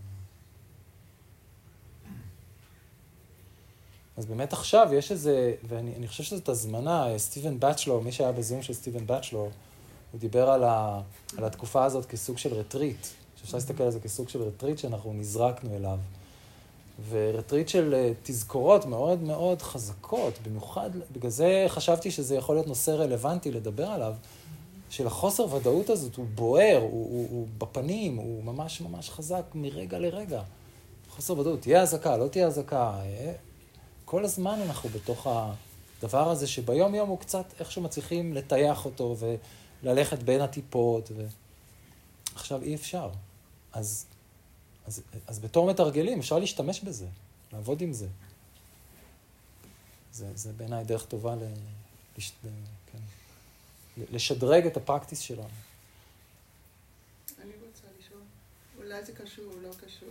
אז באמת עכשיו יש איזה, ואני אני חושב שזאת הזמנה, סטיבן בצ'לור, מי שהיה בזום של סטיבן בצ'לור, הוא דיבר על, ה, על התקופה הזאת כסוג של רטריט, שאפשר להסתכל על זה כסוג של רטריט שאנחנו נזרקנו אליו. ורטריט של תזכורות מאוד מאוד חזקות, במיוחד, בגלל זה חשבתי שזה יכול להיות נושא רלוונטי לדבר עליו, של החוסר ודאות הזאת, הוא בוער, הוא, הוא, הוא בפנים, הוא ממש ממש חזק מרגע לרגע. חוסר ודאות, תהיה הזקה, לא תהיה הזקה. כל הזמן אנחנו בתוך הדבר הזה, שביום יום הוא קצת איכשהו מצליחים לטייח אותו וללכת בין הטיפות. ו... עכשיו אי אפשר. אז, אז, אז בתור מתרגלים אפשר להשתמש בזה, לעבוד עם זה. זה, זה בעיניי דרך טובה ל... לש... כן. לשדרג את הפרקטיס שלנו. אני רוצה לשאול, אולי זה קשור או לא קשור.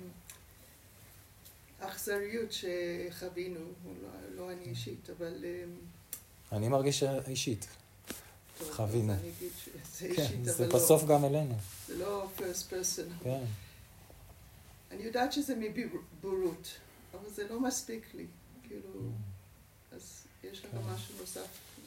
האכזריות שחווינו, לא, לא אני אישית, אבל... אני מרגיש אישית. טוב, חווינו. אז אני אגיד שזה כן, אישית, זה אבל בסוף לא. גם אלינו. זה לא first person. כן. אני יודעת שזה מבורות, אבל זה לא מספיק לי. כאילו, אז יש לך משהו נוסף.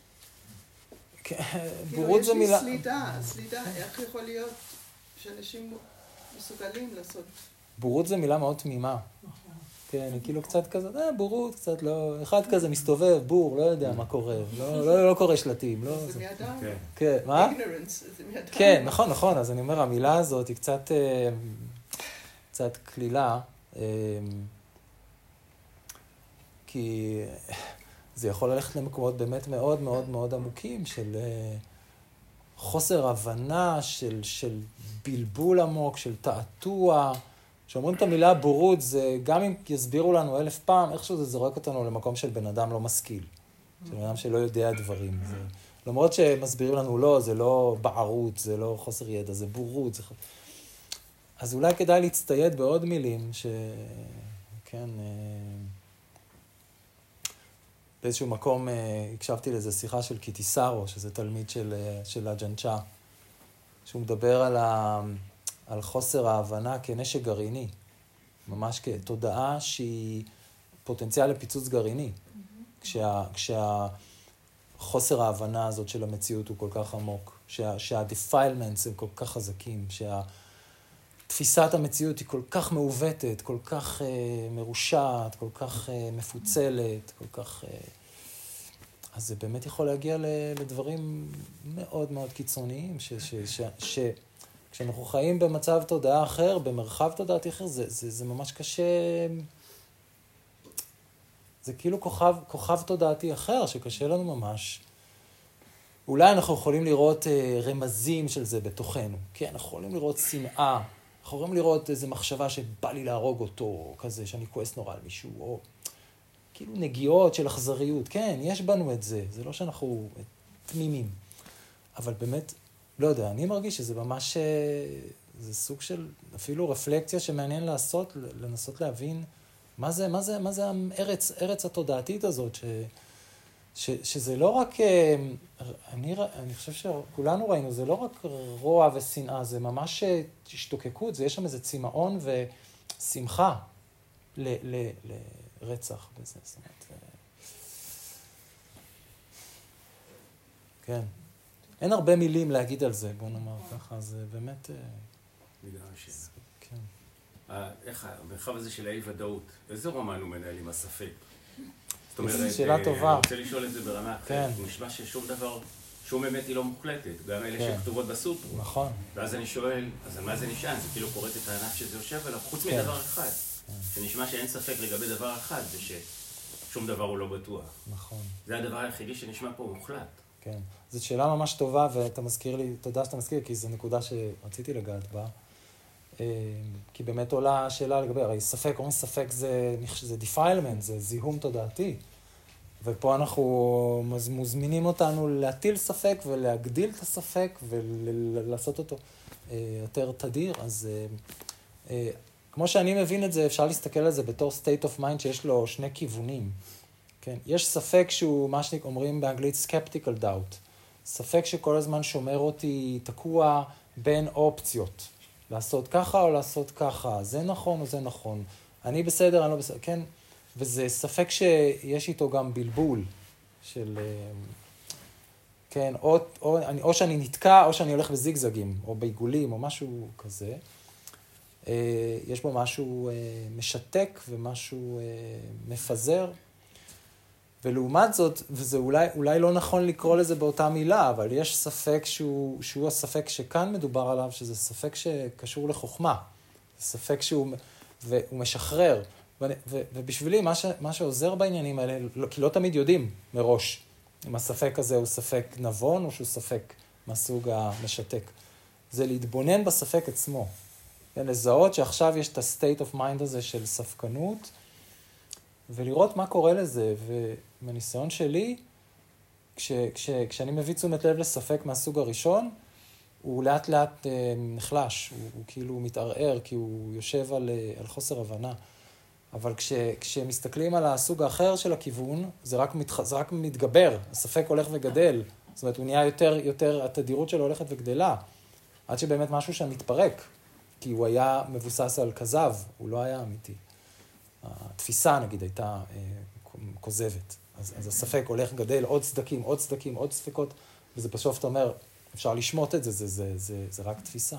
בורות זה מילה... יש לי סלידה, סלידה, איך יכול להיות שאנשים מסוגלים לעשות? בורות זה מילה מאוד תמימה. כן, היא כאילו קצת כזה, אה, בורות, קצת לא... אחד כזה מסתובב, בור, לא יודע מה קורה, לא קורה שלטים, לא... זה מידם. כן, מה? ignorance, זה מידם. כן, נכון, נכון, אז אני אומר, המילה הזאת היא קצת... קצת כלילה, כי... זה יכול ללכת למקומות באמת מאוד מאוד מאוד עמוקים של חוסר הבנה, של, של בלבול עמוק, של תעתוע. כשאומרים את המילה בורות, זה גם אם יסבירו לנו אלף פעם, איכשהו זה זורק אותנו למקום של בן אדם לא משכיל. של בן אדם שלא יודע דברים. זה, למרות שמסבירים לנו לא, זה לא בערות, זה לא חוסר ידע, זה בורות. זה... אז אולי כדאי להצטייד בעוד מילים ש... כן... באיזשהו מקום הקשבתי לאיזו שיחה של קיטיסארו, שזה תלמיד של, של הג'נצ'ה, שהוא מדבר על, ה, על חוסר ההבנה כנשק גרעיני, ממש כתודעה שהיא פוטנציאל לפיצוץ גרעיני, mm-hmm. כשה, כשהחוסר ההבנה הזאת של המציאות הוא כל כך עמוק, שה, שהdefilements הם כל כך חזקים, שהתפיסת המציאות היא כל כך מעוותת, כל כך uh, מרושעת, כל כך uh, מפוצלת, כל כך... Uh, אז זה באמת יכול להגיע לדברים מאוד מאוד קיצוניים, ש, ש, ש, ש, כשאנחנו חיים במצב תודעה אחר, במרחב תודעתי אחר, זה, זה, זה ממש קשה... זה כאילו כוכב, כוכב תודעתי אחר, שקשה לנו ממש. אולי אנחנו יכולים לראות uh, רמזים של זה בתוכנו. כן, אנחנו יכולים לראות שנאה, אנחנו יכולים לראות איזו מחשבה שבא לי להרוג אותו, או כזה, שאני כועס נורא על מישהו, או כאילו נגיעות של אכזריות. כן, יש בנו את זה, זה לא שאנחנו תמימים. אבל באמת, לא יודע, אני מרגיש שזה ממש, זה סוג של אפילו רפלקציה שמעניין לעשות, לנסות להבין מה זה, מה זה, מה זה הארץ, ארץ התודעתית הזאת, ש, ש, שזה לא רק, אני, אני חושב שכולנו ראינו, זה לא רק רוע ושנאה, זה ממש השתוקקות, זה יש שם איזה צמאון ושמחה ל, ל, לרצח בזה, זאת אומרת. כן. אין הרבה מילים להגיד על זה, בוא נאמר ככה, זה באמת... מילה השאלה. כן. איך המרחב הזה של האי-ודאות, איזה רומן הוא מנהל עם הספק? זאת אומרת, אומרת, שאלה טובה. אני רוצה לשאול את זה ברמה אחרת. הוא נשמע ששום דבר, שום אמת היא לא מוחלטת, גם אלה שכתובות בסוטרות. נכון. ואז אני שואל, אז על מה זה נשען? זה כאילו קוראת את הענף שזה יושב עליו, חוץ מדבר אחד. שנשמע שאין ספק לגבי דבר אחד, זה ששום דבר הוא לא בטוח. נכון. זה הדבר היחידי שנשמע פה מוחלט. כן. זו שאלה ממש טובה, ואתה מזכיר לי, תודה שאתה מזכיר, כי זו נקודה שרציתי לגעת בה. כי באמת עולה השאלה לגבי, הרי ספק, אומרים ספק זה, זה defilement, זה זיהום תודעתי. ופה אנחנו מוזמינים אותנו להטיל ספק ולהגדיל את הספק ולעשות אותו יותר תדיר. אז כמו שאני מבין את זה, אפשר להסתכל על זה בתור state of mind שיש לו שני כיוונים. כן? יש ספק שהוא, מה שאומרים באנגלית, skeptical doubt. ספק שכל הזמן שומר אותי תקוע בין אופציות. לעשות ככה או לעשות ככה. זה נכון או זה נכון. אני בסדר, אני לא בסדר. כן? וזה ספק שיש איתו גם בלבול של, כן, או, או, או שאני נתקע, או שאני הולך בזיגזגים, או בעיגולים, או משהו כזה. יש בו משהו משתק ומשהו מפזר. ולעומת זאת, וזה אולי, אולי לא נכון לקרוא לזה באותה מילה, אבל יש ספק שהוא, שהוא הספק שכאן מדובר עליו, שזה ספק שקשור לחוכמה. ספק שהוא, והוא משחרר. ו, ו, ובשבילי, מה, ש, מה שעוזר בעניינים האלה, לא, כי לא תמיד יודעים מראש, אם הספק הזה הוא ספק נבון, או שהוא ספק מהסוג המשתק. זה להתבונן בספק עצמו. לזהות שעכשיו יש את ה-state of mind הזה של ספקנות, ולראות מה קורה לזה. ומניסיון שלי, כש, כש, כשאני מביא תשומת לב לספק מהסוג הראשון, הוא לאט לאט נחלש, הוא, הוא כאילו מתערער, כי הוא יושב על, על חוסר הבנה. אבל כש, כשמסתכלים על הסוג האחר של הכיוון, זה רק, מתח, זה רק מתגבר, הספק הולך וגדל. זאת אומרת, הוא נהיה יותר, יותר, התדירות שלו הולכת וגדלה, עד שבאמת משהו שם מתפרק, כי הוא היה מבוסס על כזב, הוא לא היה אמיתי. התפיסה, נגיד, הייתה אה, כוזבת. אז, אז הספק הולך גדל, עוד סדקים, עוד סדקים, עוד ספקות, וזה בסוף, אתה אומר, אפשר לשמוט את זה, זה, זה, זה, זה רק תפיסה.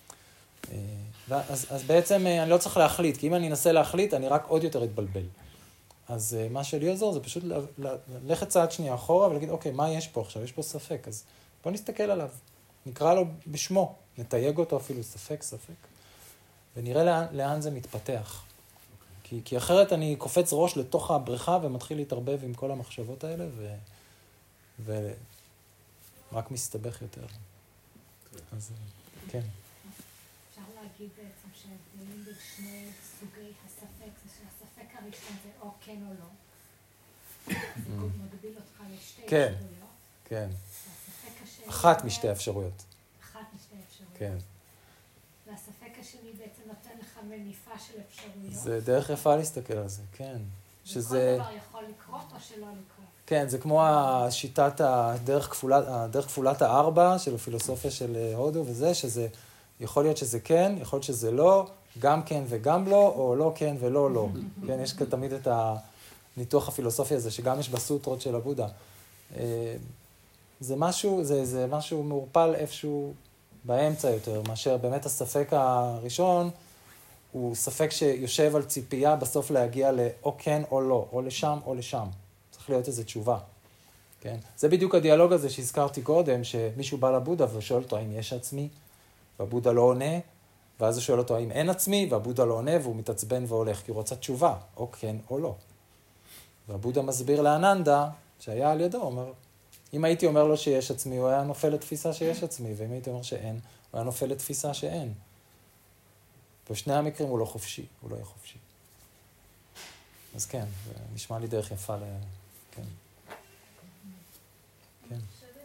אז, אז בעצם אני לא צריך להחליט, כי אם אני אנסה להחליט, אני רק עוד יותר אתבלבל. אז מה שלי עזור זה פשוט ללכת צעד שנייה אחורה ולהגיד, אוקיי, מה יש פה עכשיו? יש פה ספק, אז בוא נסתכל עליו. נקרא לו בשמו, נתייג אותו אפילו ספק, ספק, ונראה לאן, לאן זה מתפתח. כי, כי אחרת אני קופץ ראש לתוך הבריכה ומתחיל להתערבב עם כל המחשבות האלה, ו, ורק מסתבך יותר. אז כן. להגיד בעצם שההבדלים בין שני סוגי הספק, זה שהספק הראשון זה או כן או לא. זה מגביל אותך לשתי אפשרויות. כן, כן. והספק השני... אחת משתי אפשרויות. אחת משתי אפשרויות. כן. והספק השני בעצם נותן לך מניפה של אפשרויות. זה דרך יפה להסתכל על זה, כן. שזה... וכל דבר יכול לקרות או שלא לקרות. כן, זה כמו השיטת הדרך כפולת, הדרך כפולת הארבע של הפילוסופיה של הודו וזה, שזה... יכול להיות שזה כן, יכול להיות שזה לא, גם כן וגם לא, או לא כן ולא לא. כן, יש תמיד את הניתוח הפילוסופי הזה, שגם יש בסוטרות של הבודה. זה משהו, זה, זה משהו מעורפל איפשהו באמצע יותר, מאשר באמת הספק הראשון, הוא ספק שיושב על ציפייה בסוף להגיע לאו כן או לא, או לשם או לשם. צריך להיות איזו תשובה. כן? זה בדיוק הדיאלוג הזה שהזכרתי קודם, שמישהו בא לבודה ושואל אותו, האם יש עצמי? והבודה לא עונה, ואז הוא שואל אותו, האם אין עצמי? והבודה לא עונה, והוא מתעצבן והולך, כי הוא רוצה תשובה, או כן או לא. והבודה מסביר לאננדה, שהיה על ידו, אומר, אם הייתי אומר לו שיש עצמי, הוא היה נופל לתפיסה שיש עצמי, ואם הייתי אומר שאין, הוא היה נופל לתפיסה שאין. בשני המקרים הוא לא חופשי, הוא לא יהיה חופשי. אז כן, זה נשמע לי דרך יפה ל... כן. כן.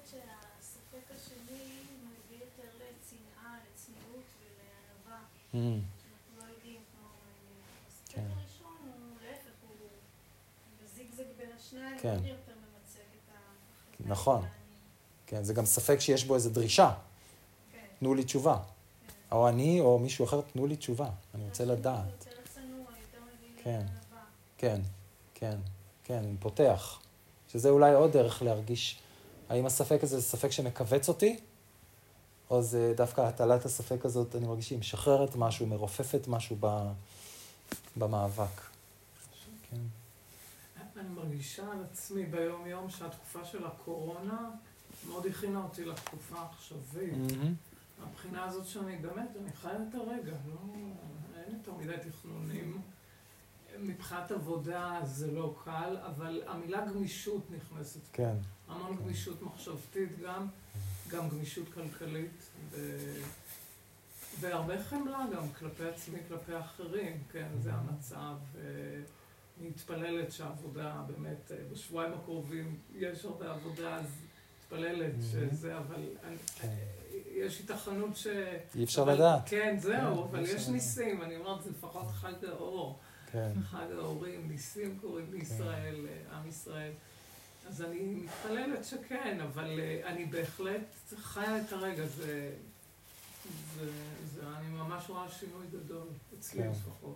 אנחנו לא יודעים כמו... הספק הראשון הוא להפך, הוא בזיגזג בין השניים, הוא יותר ממצג את ה... נכון. כן, זה גם ספק שיש בו איזו דרישה. תנו לי תשובה. או אני או מישהו אחר, תנו לי תשובה. אני רוצה לדעת. יותר צנוע, יותר מבין כן, לענווה. כן, כן, כן, אני פותח. שזה אולי עוד דרך להרגיש האם הספק הזה זה ספק שמכווץ אותי, או זה דווקא הטלת הספק הזאת, אני מרגיש שהיא משחררת משהו, מרופפת משהו במאבק. כן. אני מרגישה על עצמי ביום יום שהתקופה של הקורונה מאוד הכינה אותי לתקופה העכשווית. הבחינה הזאת שאני באמת, אני חיה את הרגע, לא, אין יותר מדי תכנונים. מבחינת עבודה זה לא קל, אבל המילה גמישות נכנסת. כן. המון גמישות מחשבתית גם, גם גמישות כלכלית, ו... והרבה חמלה גם כלפי עצמי, כלפי האחרים, כן, זה המצב. אני מתפללת שהעבודה באמת, בשבועיים הקרובים יש הרבה עבודה, אז מתפללת שזה, אבל יש התכנות ש... אי אפשר לדעת. כן, זהו, אבל יש ניסים, אני אומרת, זה לפחות חג האור. חג האורים, ניסים קוראים בישראל, עם ישראל. אז אני מתפללת שכן, אבל אני בהחלט חיה את הרגע, זה... זה... זה... אני ממש רואה שינוי גדול, אצלי לפחות.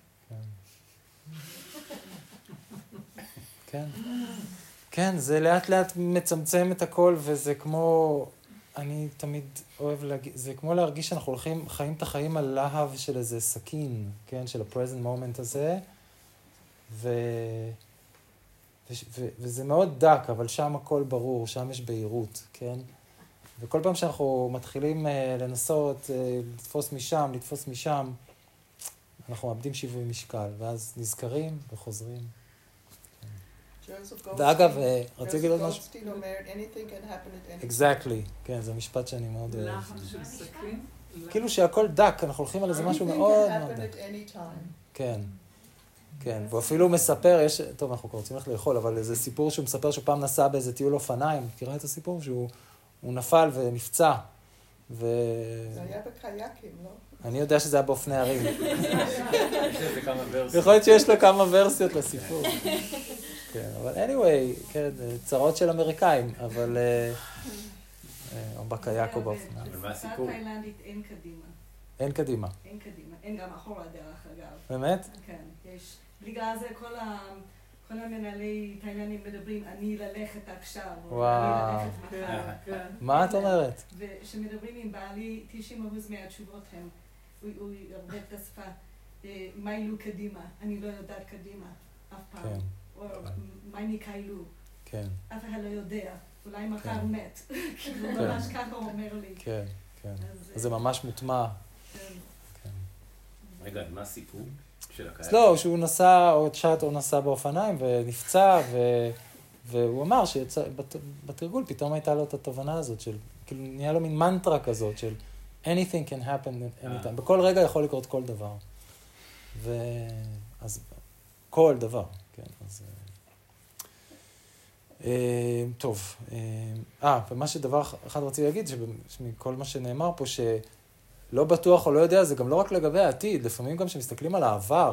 כן. כן, זה לאט לאט מצמצם את הכל, וזה כמו... אני תמיד אוהב להגיד, זה כמו להרגיש שאנחנו הולכים, חיים את החיים על להב של איזה סכין, כן, של ה-present moment הזה, ו... ו... ו... וזה מאוד דק, אבל שם הכל ברור, שם יש בהירות, כן? וכל פעם שאנחנו מתחילים uh, לנסות uh, לתפוס משם, לתפוס משם, אנחנו מאבדים שיווי משקל, ואז נזכרים וחוזרים. ואגב, רציתי להגיד עוד משהו. exactly, כן, זה משפט שאני מאוד... כאילו שהכל דק, אנחנו הולכים על איזה משהו מאוד מאוד דק. כן, כן, ואפילו הוא מספר, יש, טוב, אנחנו רוצים ללכת לאכול, אבל איזה סיפור שהוא מספר שהוא פעם נסע באיזה טיול אופניים, מכירה את הסיפור? שהוא נפל ונפצע. זה היה בקייקים, לא? אני יודע שזה היה באופני הרים. יכול להיות שיש לו כמה ורסיות לסיפור. כן, אבל anyway, כן, צרות של אמריקאים, אבל... או בקייק או באופניים. אבל מה הסיפור? תאילנדית אין קדימה. אין קדימה. אין קדימה, אין גם אחורה דרך אגב. באמת? כן, יש. בגלל זה כל ה... כל המנהלי תאילנדים מדברים, אני ללכת עכשיו, או אני ללכת מחר. מה את אומרת? ושמדברים עם בעלי, תשעים אחוז מהתשובות הם, הוא ירבה את השפה, מה אילו קדימה? אני לא יודעת קדימה, אף פעם. או מה אני כאילו? כן. אף אחד לא יודע, אולי מחר מת. כאילו ממש ככה הוא אומר לי. כן, כן. אז זה ממש מוטמע. רגע, מה הסיפור? לא, שהוא נסע, או צ'אט, או נסע באופניים, ונפצע, והוא אמר שבתרגול פתאום הייתה לו את התובנה הזאת, של, כאילו נהיה לו מין מנטרה כזאת, של anything can happen anytime, בכל רגע יכול לקרות כל דבר. ואז, כל דבר, כן, אז... טוב, אה, ומה שדבר אחד רציתי להגיד, שמכל מה שנאמר פה, ש... לא בטוח או לא יודע, זה גם לא רק לגבי העתיד, לפעמים גם שמסתכלים על העבר.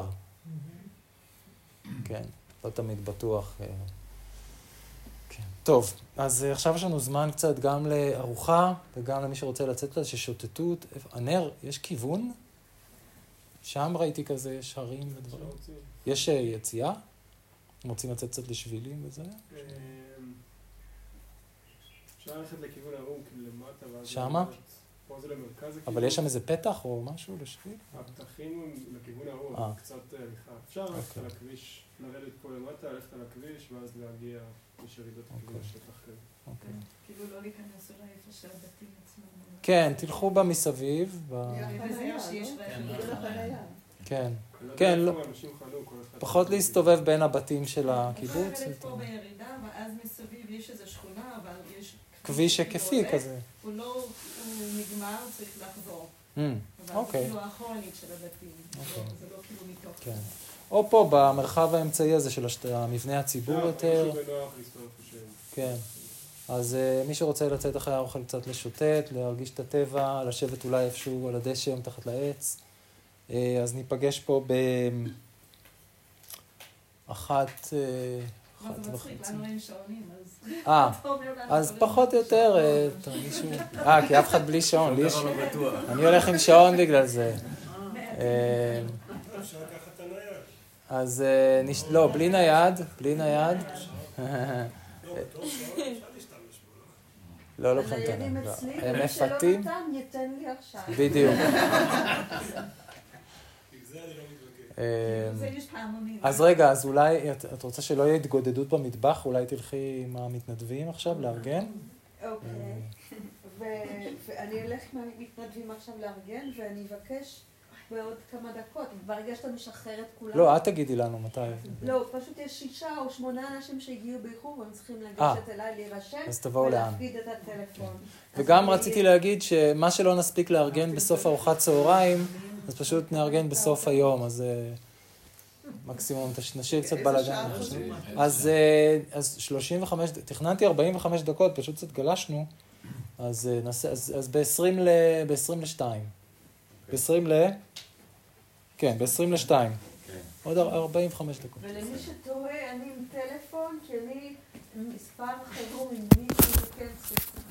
כן, לא תמיד בטוח. כן. טוב, אז עכשיו יש לנו זמן קצת גם לארוחה, וגם למי שרוצה לצאת לזה, ששוטטות. הנר, יש כיוון? שם ראיתי כזה, יש הרים ודברים. יש יציאה? הם רוצים לצאת קצת לשבילים וזה? אפשר ללכת לכיוון ההוא, כאילו למטה. שמה? אבל יש שם איזה פתח או משהו לשביל? הפתחים הם לכיוון ההוא, קצת הליכה. אפשר ללכת על הכביש, לרדת פה למטה, ללכת על הכביש, ואז להגיע לשרידות הכיוון השטח כזה. כאילו לא להיכנס אולי איפה שהבתים עצמם. כן, תלכו בה מסביב. כן, כן, פחות להסתובב בין הבתים של הקיבוץ. לרדת פה בירידה, ואז מסביב יש איזו שכונה, אבל יש... כביש היקפי כזה. הוא לא, הוא נגמר, צריך לחזור. אבל זה כאילו האחורנית של הבתים. זה לא כאילו מתוך. או פה, במרחב האמצעי הזה של המבנה הציבור יותר. כן. אז מי שרוצה לצאת אחרי האוכל קצת לשוטט, להרגיש את הטבע, לשבת אולי איפשהו על הדשא, מתחת לעץ. אז ניפגש פה באחת... מה זה מצחיק? לנו אין שעונים, אז... אה, אז פחות או יותר, תרגישו... אה, כי אף אחד בלי שעון, לי יש... אני הולך עם שעון בגלל זה. אז לא, בלי נייד, בלי נייד. לא לוקחים את הניידים העיניים. אצלי, הם ומי שלא מפתים. נתן, ייתן לי עכשיו. בדיוק. זה יש פעמונים. אז רגע, אז אולי, את, את רוצה שלא יהיה התגודדות במטבח? אולי תלכי עם המתנדבים עכשיו לארגן? אוקיי. ואני אלך עם המתנדבים עכשיו לארגן, ואני אבקש בעוד כמה דקות, ברגע שאתה משחרר את כולם. לא, את תגידי לנו מתי. לא, פשוט יש שישה או שמונה אנשים שהגיעו באיחור, והם צריכים אה, לגשת אליי להירשם, אז תבואו לאן. ולהפקיד את הטלפון. וגם רציתי להגיד שמה שלא נספיק לארגן בסוף ארוחת צהריים, אז פשוט נארגן בסוף היום, אז אה, מקסימום נשאיר קצת איזה בלגן. שעה חושבים? אז אה, אז שלושים וחמש, תכננתי ארבעים וחמש דקות, פשוט קצת גלשנו, אז אה, נעשה, אז אז ב-עשרים ל... ב-עשרים לשתיים. ב-עשרים ל... כן, ב-עשרים לשתיים. עוד ארבעים וחמש דקות. ולמי שתוהה, אני עם טלפון, כי אני מספר חירום עם מישהו, כן,